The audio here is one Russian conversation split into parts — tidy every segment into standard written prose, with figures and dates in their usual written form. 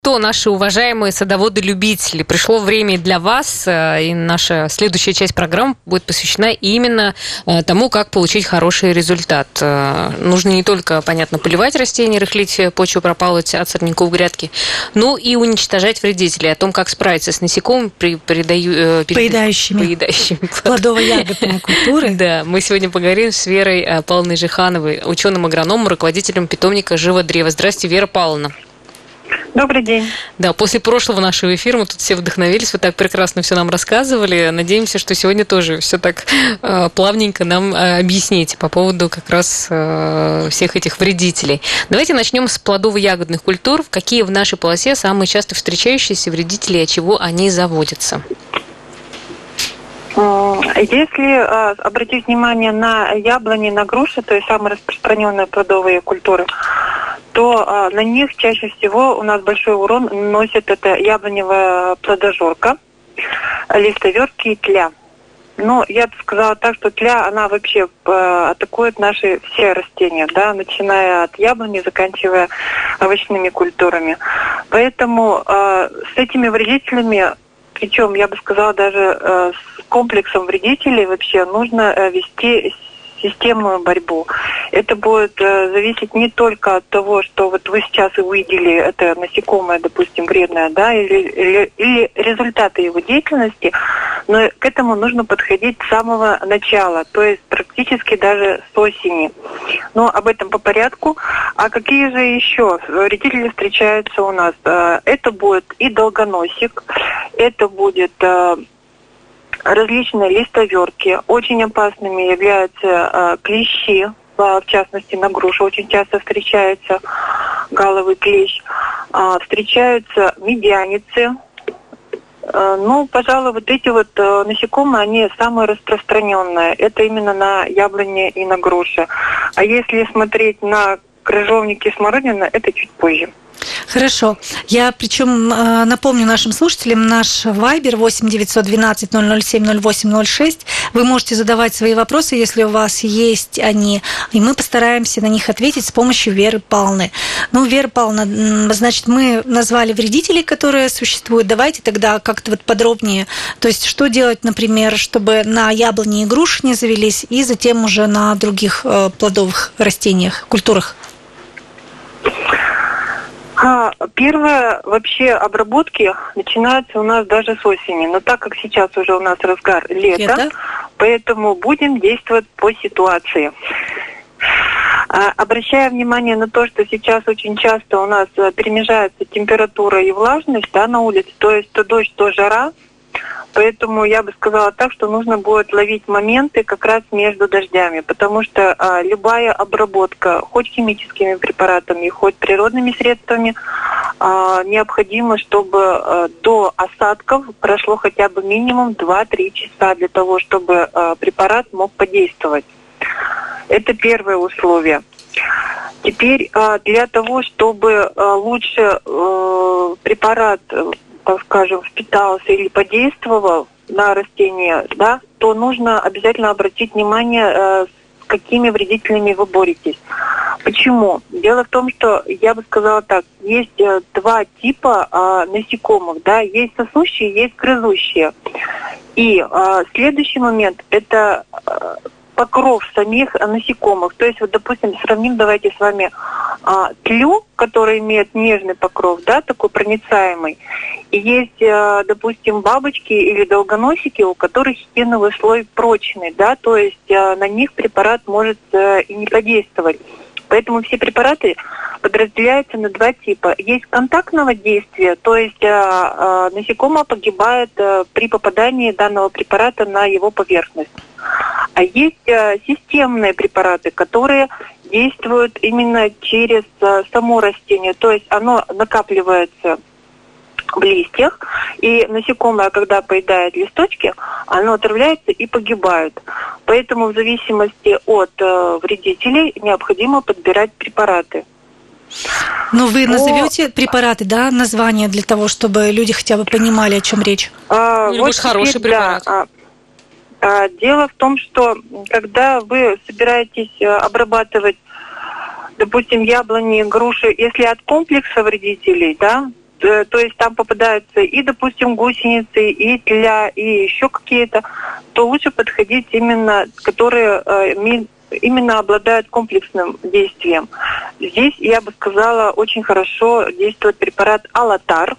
То, наши уважаемые садоводы-любители, пришло время для вас, и наша следующая часть программы будет посвящена именно тому, как получить хороший результат. Нужно не только, понятно, поливать растения, рыхлить почву, пропалывать от сорняков грядки, но и уничтожать вредителей. О том, как справиться с насекомыми, поедающими плодово-ягодные культуры. Да, мы сегодня поговорим с Верой Павловной Жихановой, ученым-агрономом, руководителем питомника «Живо-древо». Здравствуйте, Вера Павловна. Добрый день. Да, после прошлого нашего эфира мы тут все вдохновились, вы так прекрасно все нам рассказывали. Надеемся, что сегодня тоже все так плавненько нам объясните по поводу как раз всех этих вредителей. Давайте начнем с плодово-ягодных культур. Какие в нашей полосе самые часто встречающиеся вредители и от чего они заводятся? Если обратить внимание на яблони, на груши, то есть самые распространенные плодовые культуры, то на них чаще всего у нас большой урон наносит это яблоневая плодожорка, листоверки и тля. Но я бы сказала так, что тля, она вообще атакует наши все растения, да, начиная от яблони, заканчивая овощными культурами. Поэтому с этими вредителями, причем, я бы сказала, даже с комплексом вредителей вообще нужно вести системную борьбу. Это будет зависеть не только от того, что вот вы сейчас и увидели это насекомое, допустим, вредное, да, или результаты его деятельности, но к этому нужно подходить с самого начала, то есть практически даже с осени. Но об этом по порядку. А какие же еще вредители встречаются у нас? Это будет и долгоносик, это будет различные листоверки. Очень опасными являются клещи, в частности на грушу очень часто встречается галовый клещ. Встречаются медяницы. Ну, пожалуй, вот эти вот насекомые, они самые распространенные. Это именно на яблоне и на груше. А если смотреть на крыжовники и смородину, это чуть позже. Хорошо. Я причем напомню нашим слушателям, наш Вайбер 8-912-007-08-06. Вы можете задавать свои вопросы, если у вас есть они, и мы постараемся на них ответить с помощью Веры Павловны. Ну, Вера Павловна, значит, мы назвали вредителей, которые существуют. Давайте тогда как-то вот подробнее. То есть, что делать, например, чтобы на яблони и груши не завелись, и затем уже на других плодовых растениях, культурах? Первые вообще обработки начинаются у нас даже с осени. Но так как сейчас уже у нас разгар лета, поэтому будем действовать по ситуации. Обращая внимание на то, что сейчас очень часто у нас перемежается температура и влажность, да, на улице, то есть то дождь, то жара. Поэтому я бы сказала так, что нужно будет ловить моменты как раз между дождями, потому что любая обработка, хоть химическими препаратами, хоть природными средствами, необходимо, чтобы до осадков прошло хотя бы минимум 2-3 часа для того, чтобы препарат мог подействовать. Это первое условие. Теперь для того, чтобы лучше препарат, так скажем, впитался или подействовал на растение, да, то нужно обязательно обратить внимание, с какими вредителями вы боретесь. Почему? Дело в том, что я бы сказала так, есть два типа насекомых, да, есть сосущие, есть грызущие. И следующий момент – это покров самих насекомых. То есть, вот, допустим, сравним, давайте с вами тлю, который имеет нежный покров, да, такой проницаемый. И есть, допустим, бабочки или долгоносики, у которых хитиновый слой прочный, да, то есть на них препарат может и не подействовать. Поэтому все препараты подразделяются на два типа. Есть контактного действия, то есть насекомое погибает при попадании данного препарата на его поверхность. А есть системные препараты, которые действуют именно через само растение, то есть оно накапливается в листьях, и насекомое, когда поедает листочки, оно отравляется и погибает. Поэтому в зависимости от вредителей необходимо подбирать препараты. Ну, вы назовете препараты, да, название для того, чтобы люди хотя бы понимали, о чем речь? Вот хороший препарат. Да, дело в том, что когда вы собираетесь обрабатывать, допустим, яблони, груши, если от комплекса вредителей, да, то есть там попадаются и, допустим, гусеницы, и тля, и еще какие-то, то лучше подходить именно, которые именно обладают комплексным действием. Здесь, я бы сказала, очень хорошо действует препарат Алатар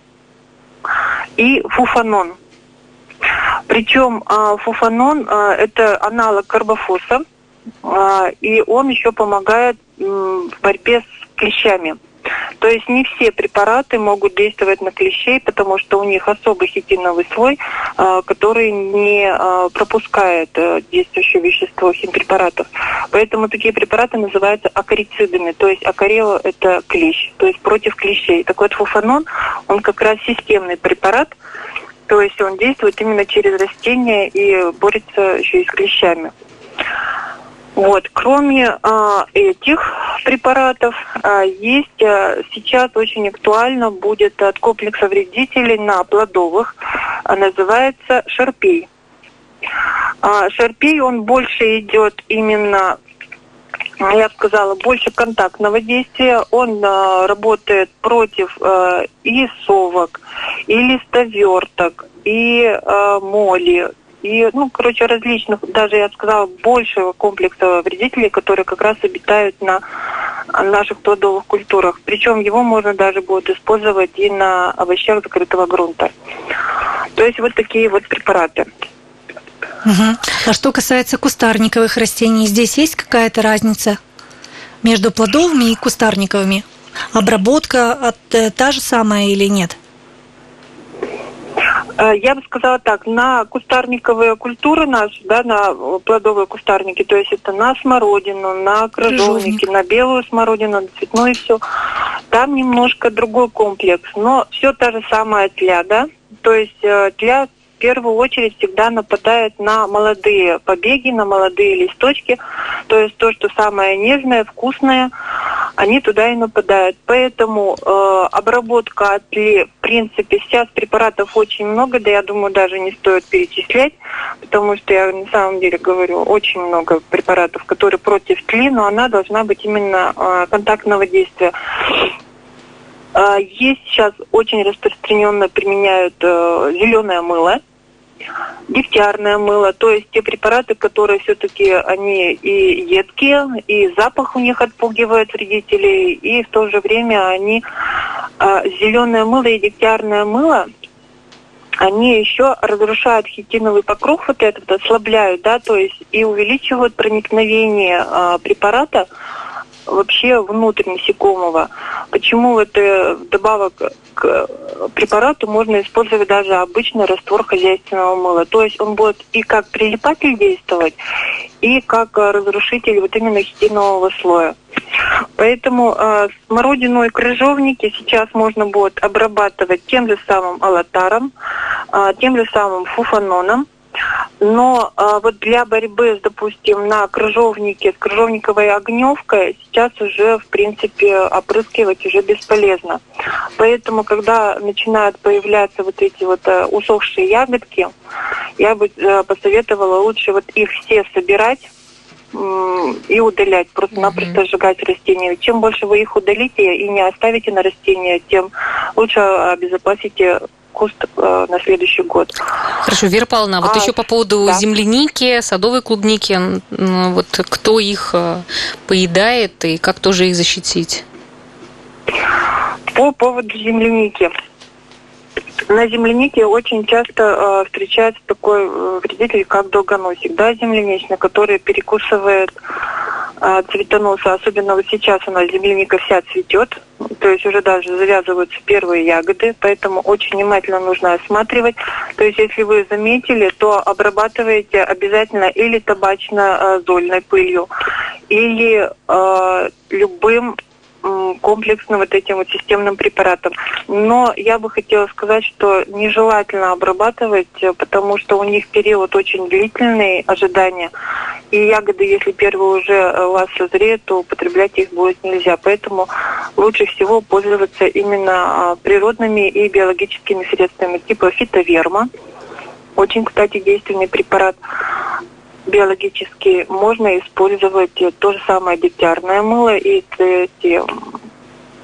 и Фуфанон. Причем Фуфанон – это аналог карбофоса, и он еще помогает в борьбе с клещами. То есть не все препараты могут действовать на клещей, потому что у них особый хитиновый слой, который не пропускает действующее вещество химпрепаратов. Поэтому такие препараты называются акарицидами. То есть акарео – это клещ, то есть против клещей. Так вот, Фуфанон, он как раз системный препарат, то есть он действует именно через растения и борется еще и с клещами. Вот. Кроме этих препаратов, есть сейчас очень актуально будет от комплекса вредителей на плодовых, называется шарпей. Шарпей, он больше идет именно, я бы сказала, больше контактного действия. Он работает против и совок, и листоверток, и моли, и, различных, даже, я бы сказала, большего комплекса вредителей, которые как раз обитают на наших плодовых культурах. Причем его можно даже будет использовать и на овощах закрытого грунта. То есть вот такие вот препараты. Угу. А что касается кустарниковых растений, здесь есть какая-то разница между плодовыми и кустарниковыми? Обработка та же самая или нет? Я бы сказала так, на кустарниковые культуры наши, да, на плодовые кустарники, то есть это на смородину, на крыжовники, на белую смородину, на цветную, все, там немножко другой комплекс, но все та же самая тля, да, то есть тля в первую очередь всегда нападает на молодые побеги, на молодые листочки, то есть то, что самое нежное, вкусное, они туда и нападают. Поэтому обработка от тли, в принципе, сейчас препаратов очень много, да я думаю, даже не стоит перечислять, потому что я на самом деле говорю, очень много препаратов, которые против тли, но она должна быть именно контактного действия. Есть сейчас очень распространенно применяют зеленое мыло, дегтярное мыло, то есть те препараты, которые все-таки они и едкие, и запах у них отпугивает вредителей, и в то же время они зеленое мыло и дегтярное мыло, они еще разрушают хитиновый покров, вот этот ослабляют, да, то есть и увеличивают проникновение препарата вообще внутрь насекомого. Почему это вдобавок к препарату можно использовать даже обычный раствор хозяйственного мыла. То есть он будет и как прилипатель действовать, и как разрушитель вот именно хитинового слоя. Поэтому смородину и крыжовники сейчас можно будет обрабатывать тем же самым алатаром, тем же самым фуфаноном. Но вот для борьбы, допустим, на крыжовнике с крыжовниковой огневкой сейчас уже, в принципе, опрыскивать уже бесполезно. Поэтому, когда начинают появляться вот эти вот усохшие ягодки, я бы посоветовала лучше вот их все собирать и удалять, просто-напросто сжигать растения. Ведь чем больше вы их удалите и не оставите на растения, тем лучше обезопасите куст на следующий год. Хорошо, Вера Павловна, вот еще по поводу земляники, садовой клубники, вот кто их поедает и как тоже их защитить? По поводу земляники. На землянике очень часто встречается такой вредитель, как долгоносик, да, земляничный, который перекусывает цветоноса. Особенно вот сейчас у нас земляника вся цветет, то есть уже даже завязываются первые ягоды, поэтому очень внимательно нужно осматривать. То есть если вы заметили, то обрабатываете обязательно или табачно-зольной пылью, или любым комплексным вот этим вот системным препаратом. Но я бы хотела сказать, что нежелательно обрабатывать, потому что у них период очень длительный, ожидания. И ягоды, если первые уже у вас созреют, то употреблять их будет нельзя. Поэтому лучше всего пользоваться именно природными и биологическими средствами типа фитоверма. Очень, кстати, действенный препарат. Биологически можно использовать то же самое дегтярное мыло и эти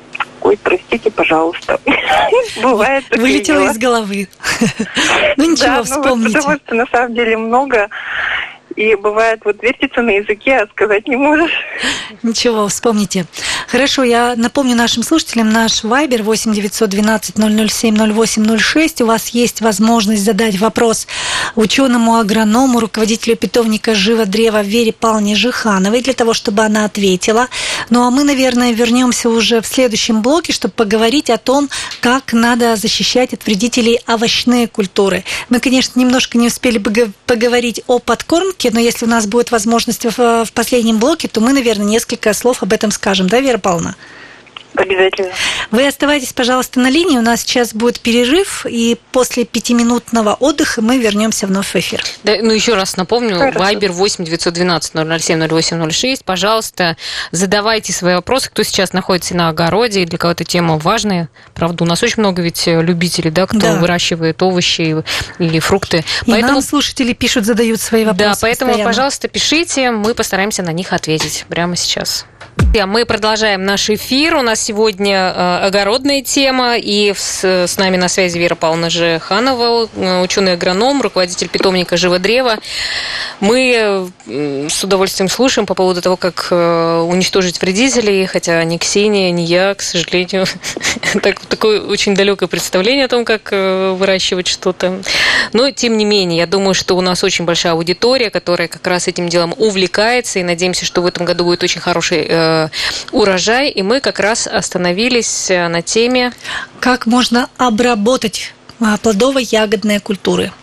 Ой, простите, пожалуйста. Бывает. Вылетело из головы. Ну ничего, вспомните. Потому что на самом деле много. И бывает, вертится на языке, а сказать не можешь. Ничего, вспомните. Хорошо, я напомню нашим слушателям, наш Вайбер 8-912-007-08-06. У вас есть возможность задать вопрос ученому-агроному, руководителю питомника «Живо древо» Вере Павловне Жихановой, для того, чтобы она ответила. Ну, а мы, наверное, вернемся уже в следующем блоке, чтобы поговорить о том, как надо защищать от вредителей овощные культуры. Мы, конечно, немножко не успели бы поговорить о подкормке, но если у нас будет возможность в последнем блоке, то мы, наверное, несколько слов об этом скажем. Да, Вера Павловна? Обязательно. Вы оставайтесь, пожалуйста, на линии. У нас сейчас будет перерыв, и после 5-минутного отдыха мы вернемся вновь в эфир. Да, ну, еще раз напомню, Viber 8-912-007-08-06. Пожалуйста, задавайте свои вопросы, кто сейчас находится на огороде, и для кого-то тема важная. Правда, у нас очень много ведь любителей, да, кто выращивает овощи и фрукты. И поэтому нам слушатели пишут, задают свои вопросы. Да, поэтому, постоянно. Пожалуйста, пишите, мы постараемся на них ответить прямо сейчас. Мы продолжаем наш эфир. У нас сегодня огородная тема, и с нами на связи Вера Павловна Жиханова, ученый-агроном, руководитель питомника «Живо древо». Мы с удовольствием слушаем по поводу того, как уничтожить вредителей, хотя ни Ксения, ни я, к сожалению, такое очень далекое представление о том, как выращивать что-то. Но, тем не менее, я думаю, что у нас очень большая аудитория, которая как раз этим делом увлекается, и надеемся, что в этом году будет очень хороший урожай, и мы как раз остановились на теме... Как можно обработать плодово-ягодные культуры?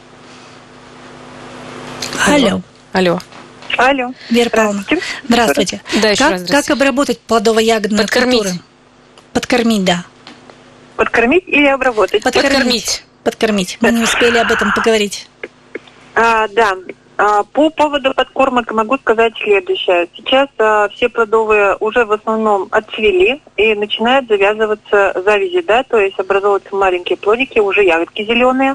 Алло. Вера Павловна, здравствуйте. Да, еще раз здравствуйте. Как обработать плодово-ягодные культуры? Подкормить, да. Подкормить или обработать? Подкормить. Мы не успели об этом поговорить. Да. По поводу подкормок могу сказать следующее. Сейчас все плодовые уже в основном отцвели и начинают завязываться завязи, да, то есть образовываются маленькие плодики, уже ягодки зеленые.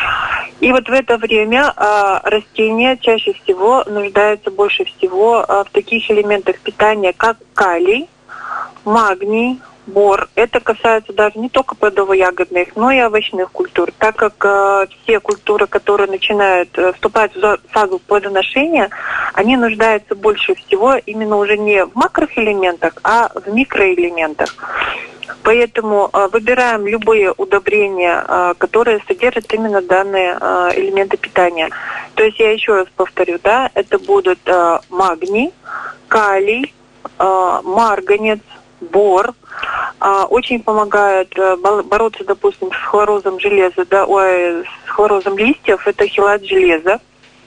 И вот в это время растения чаще всего нуждаются больше всего в таких элементах питания, как калий, магний, бор. Это касается даже не только плодово-ягодных, но и овощных культур, так как все культуры, которые начинают вступать в фазу плодоношения, они нуждаются больше всего именно уже не в макроэлементах, а в микроэлементах. Поэтому выбираем любые удобрения, которые содержат именно данные элементы питания. То есть я еще раз повторю, да, это будут магний, калий, марганец, бор. Очень помогает бороться, допустим, с хлорозом железа, с хлорозом листьев, это хелат железа.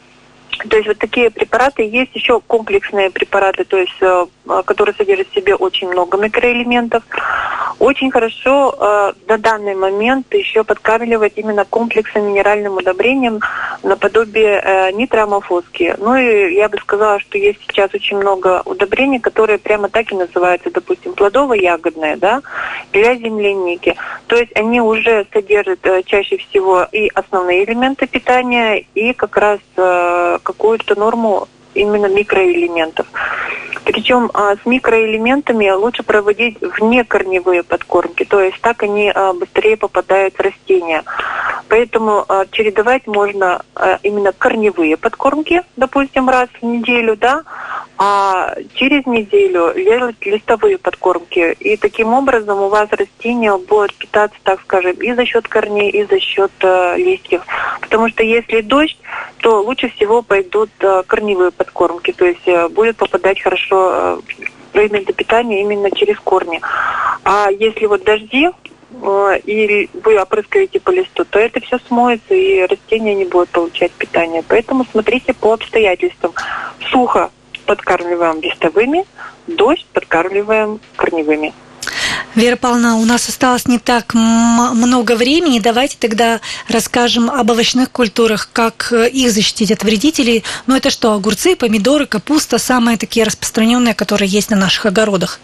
То есть вот такие препараты. Есть еще комплексные препараты, то есть, которые содержат в себе очень много микроэлементов. Очень хорошо на данный момент еще подкармливать именно комплексным минеральным удобрением наподобие нитроамофоски. Ну и я бы сказала, что есть сейчас очень много удобрений, которые прямо так и называются, допустим, плодово-ягодные, да, для земляники. То есть они уже содержат чаще всего и основные элементы питания, и как раз какую-то норму именно микроэлементов. Причем с микроэлементами лучше проводить внекорневые подкормки, то есть так они быстрее попадают в растения. Поэтому чередовать можно именно корневые подкормки, допустим, раз в неделю, да, а через неделю делать листовые подкормки. И таким образом у вас растения будут питаться, так скажем, и за счет корней, и за счет листьев. Потому что если дождь, то лучше всего пойдут корневые подкормки, то есть будет попадать хорошо элементы питания именно через корни. А если вот дожди, и вы опрыскаете по листу, то это все смоется, и растения не будут получать питание. Поэтому смотрите по обстоятельствам. Сухо подкармливаем листовыми, дождь подкармливаем корневыми. Вера Павловна, у нас осталось не так много времени. Давайте тогда расскажем об овощных культурах, как их защитить от вредителей. Ну, это что, огурцы, помидоры, капуста, самые такие распространенные, которые есть на наших огородах?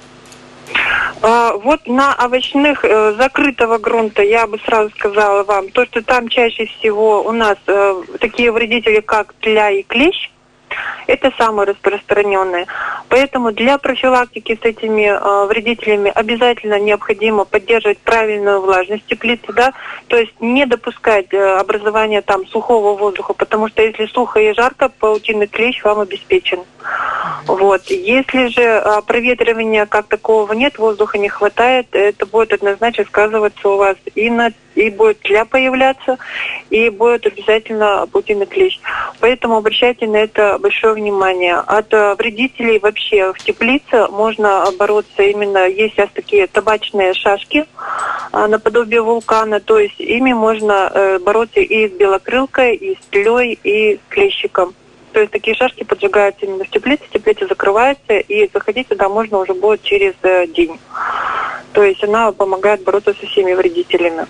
Вот на овощных закрытого грунта я бы сразу сказала вам, то, что там чаще всего у нас такие вредители, как тля и клещ. Это самые распространенные. Поэтому для профилактики с этими вредителями обязательно необходимо поддерживать правильную влажность теплицы, да, то есть не допускать образования там сухого воздуха, потому что если сухо и жарко, паутинный клещ вам обеспечен. Вот. Если же проветривания как такового нет, воздуха не хватает, это будет однозначно сказываться у вас и будет тля появляться, и будет обязательно паутинный клещ. Поэтому обращайте на это большое внимание. От вредителей вообще в теплице можно бороться именно, есть сейчас такие табачные шашки наподобие вулкана, то есть ими можно бороться и с белокрылкой, и с тлей, и с клещиком. То есть такие шашки поджигаются именно в теплица закрывается, и заходить туда можно уже будет через день. То есть она помогает бороться со всеми вредителями.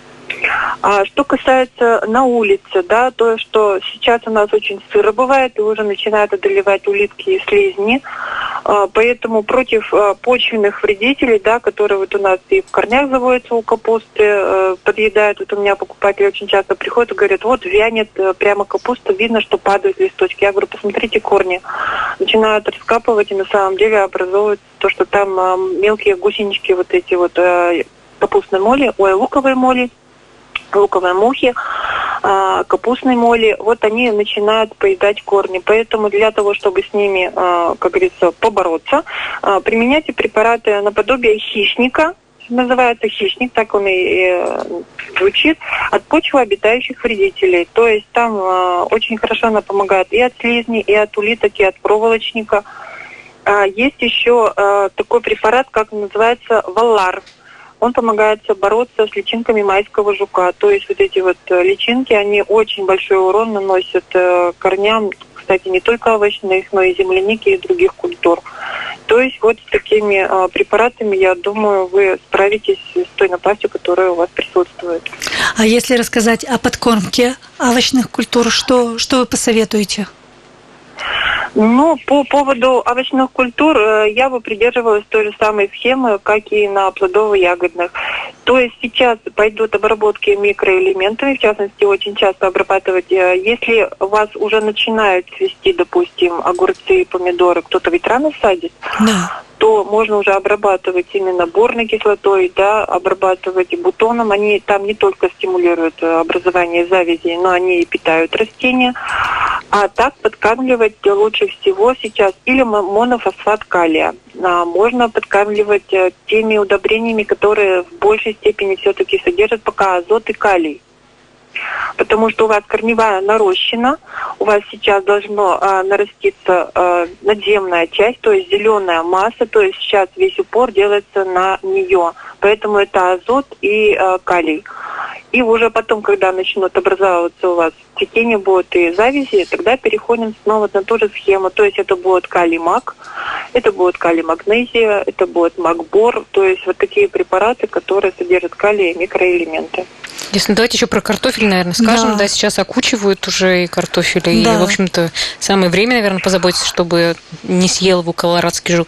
А что касается на улице, да, то, что сейчас у нас очень сыро бывает, и уже начинают одолевать улитки и слизни, поэтому против почвенных вредителей, да, которые вот у нас и в корнях заводятся у капусты, подъедают, вот у меня покупатели очень часто приходят и говорят, вот вянет прямо капуста, видно, что падают листочки. Я говорю, посмотрите корни. Начинают раскапывать, и на самом деле образовывают то, что там мелкие гусенички, вот эти вот капустной моли, луковой моли, луковые мухи, капустной моли, вот они начинают поедать корни. Поэтому для того, чтобы с ними, как говорится, побороться, применяйте препараты наподобие хищника, называется хищник, так он и звучит, от почвообитающих вредителей. То есть там очень хорошо она помогает и от слизней, и от улиток, и от проволочника. Есть еще такой препарат, как называется валлар. Он помогает бороться с личинками майского жука. То есть вот эти вот личинки, они очень большой урон наносят корням, кстати, не только овощных, но и земляники и других культур. То есть вот с такими препаратами, я думаю, вы справитесь с той напастью, которая у вас присутствует. А если рассказать о подкормке овощных культур, что вы посоветуете? Ну, по поводу овощных культур я бы придерживалась той же самой схемы, как и на плодово-ягодных. То есть сейчас пойдут обработки микроэлементами, в частности, очень часто обрабатывать. Если у вас уже начинают цвести, допустим, огурцы и помидоры, кто-то ведь рано садит, да, то можно уже обрабатывать именно борной кислотой, да, обрабатывать бутоном. Они там не только стимулируют образование завязей, но они и питают растения. А так подкармливать лучше всего сейчас или монофосфат калия. Можно подкармливать теми удобрениями, которые в большей степени все-таки содержат пока азот и калий. Потому что у вас корневая нарощена, у вас сейчас должно нараститься надземная часть, то есть зеленая масса, то есть сейчас весь упор делается на нее. Поэтому это азот и калий. И уже потом, когда начнут образовываться у вас цветение будет и завязи, тогда переходим снова на ту же схему. То есть это будет калий-маг, это будет калий-магнезия, это будет магбор. То есть вот такие препараты, которые содержат калий и микроэлементы. Если давайте еще про картофель, наверное, скажем. Да, сейчас окучивают уже и картофель. Да. И, в общем-то, самое время, наверное, позаботиться, чтобы не съел его колорадский жук.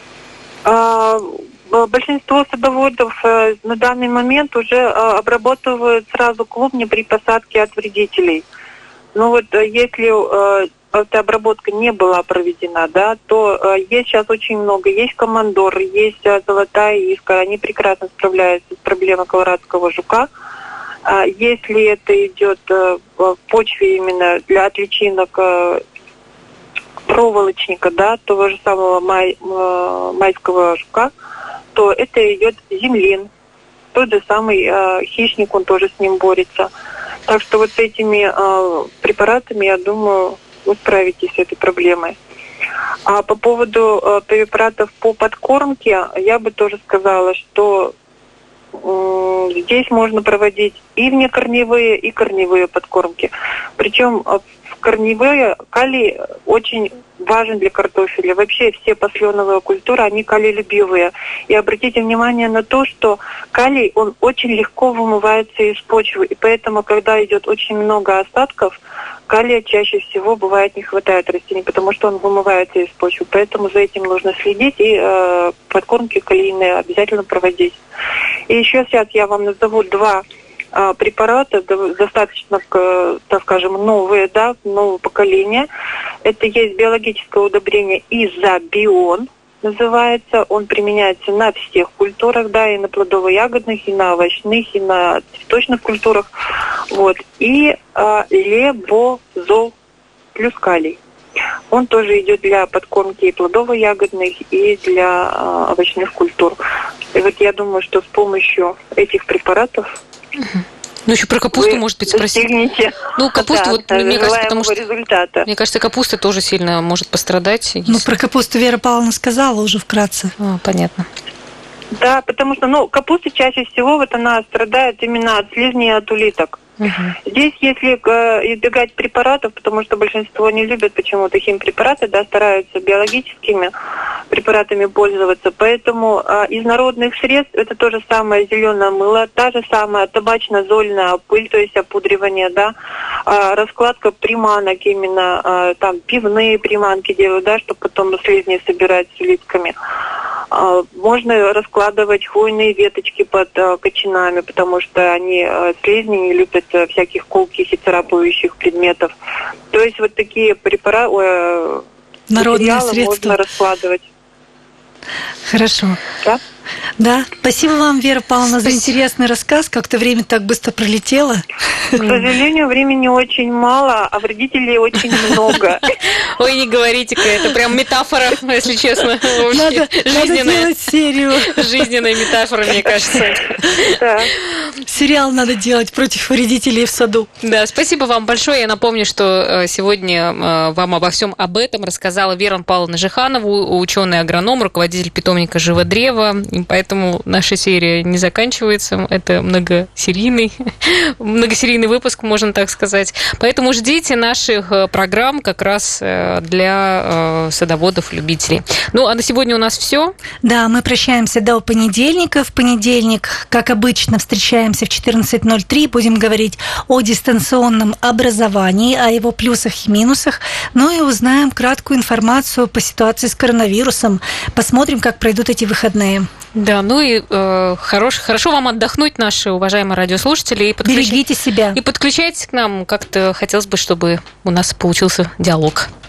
Большинство садоводов на данный момент уже обрабатывают сразу клубни при посадке от вредителей. Но вот если эта обработка не была проведена, да, то есть сейчас очень много. Есть командор, есть золотая иска. Они прекрасно справляются с проблемой колорадского жука. Если это идет в почве именно для от личинок проволочника, да, того же самого майского жука, то это идет землин. Тот же самый хищник, он тоже с ним борется. Так что вот с этими препаратами, я думаю, вы справитесь с этой проблемой. А по поводу препаратов по подкормке, я бы тоже сказала, что здесь можно проводить и внекорневые, и корневые подкормки. Причем корневые калий очень важен для картофеля. Вообще все посленовые культуры, они калиелюбивые. И обратите внимание на то, что калий, он очень легко вымывается из почвы. И поэтому, когда идет очень много остатков, калия чаще всего бывает не хватает растений, потому что он вымывается из почвы. Поэтому за этим нужно следить и подкормки калийные обязательно проводить. И еще сейчас я вам назову два препараты, достаточно, так скажем, новые, да, нового поколения. Это есть биологическое удобрение изобион, называется. Он применяется на всех культурах, да, и на плодово-ягодных, и на овощных, и на цветочных культурах. Вот. И лебозол плюс калий. Он тоже идет для подкормки и плодово-ягодных, и для овощных культур. И вот я думаю, что с помощью этих препаратов... Ну, еще про капусту, может быть, спросить. Ну, капусту, вот, мне кажется, потому что... результата. Мне кажется, капуста тоже сильно может пострадать. Если... Ну, про капусту Вера Павловна сказала уже вкратце. Понятно. Да, потому что, капуста чаще всего, вот она страдает именно от слизней и от улиток. Здесь, если избегать препаратов, потому что большинство не любят почему-то химпрепараты, да, стараются биологическими препаратами пользоваться, поэтому из народных средств это то же самое зеленое мыло, та же самая табачно-зольная пыль, то есть опудривание, да, раскладка приманок, именно там пивные приманки делают, да, чтобы потом слизни собирать с улитками. Можно раскладывать хвойные веточки под кочанами, потому что они, слизни, не любят всяких колких и царапающих предметов. То есть вот такие препараты, народные средства можно раскладывать. Хорошо. Да? Да. Спасибо вам, Вера Павловна, за интересный рассказ. Как-то время так быстро пролетело. К сожалению, времени очень мало, а вредителей очень много. Ой, не говорите-ка, это прям метафора, если честно. Надо делать серию. Жизненная метафора, мне кажется. Да. Сериал надо делать против вредителей в саду. Да, спасибо вам большое. Я напомню, что сегодня вам обо всем об этом рассказала Вера Павловна Жиханова, ученый-агроном, руководитель питомника «Живо-древо». И поэтому наша серия не заканчивается. Это многосерийный выпуск, можно так сказать. Поэтому ждите наших программ как раз для садоводов-любителей. Ну, а на сегодня у нас все. Да, мы прощаемся до понедельника. В понедельник, как обычно, встречаемся в 14:03. Будем говорить о дистанционном образовании, о его плюсах и минусах. Ну и узнаем краткую информацию по ситуации с коронавирусом. Посмотрим, как пройдут эти выходные. Да, ну и хорошо вам отдохнуть, наши уважаемые радиослушатели. И берегите себя. И подключайтесь к нам. Как-то хотелось бы, чтобы у нас получился диалог.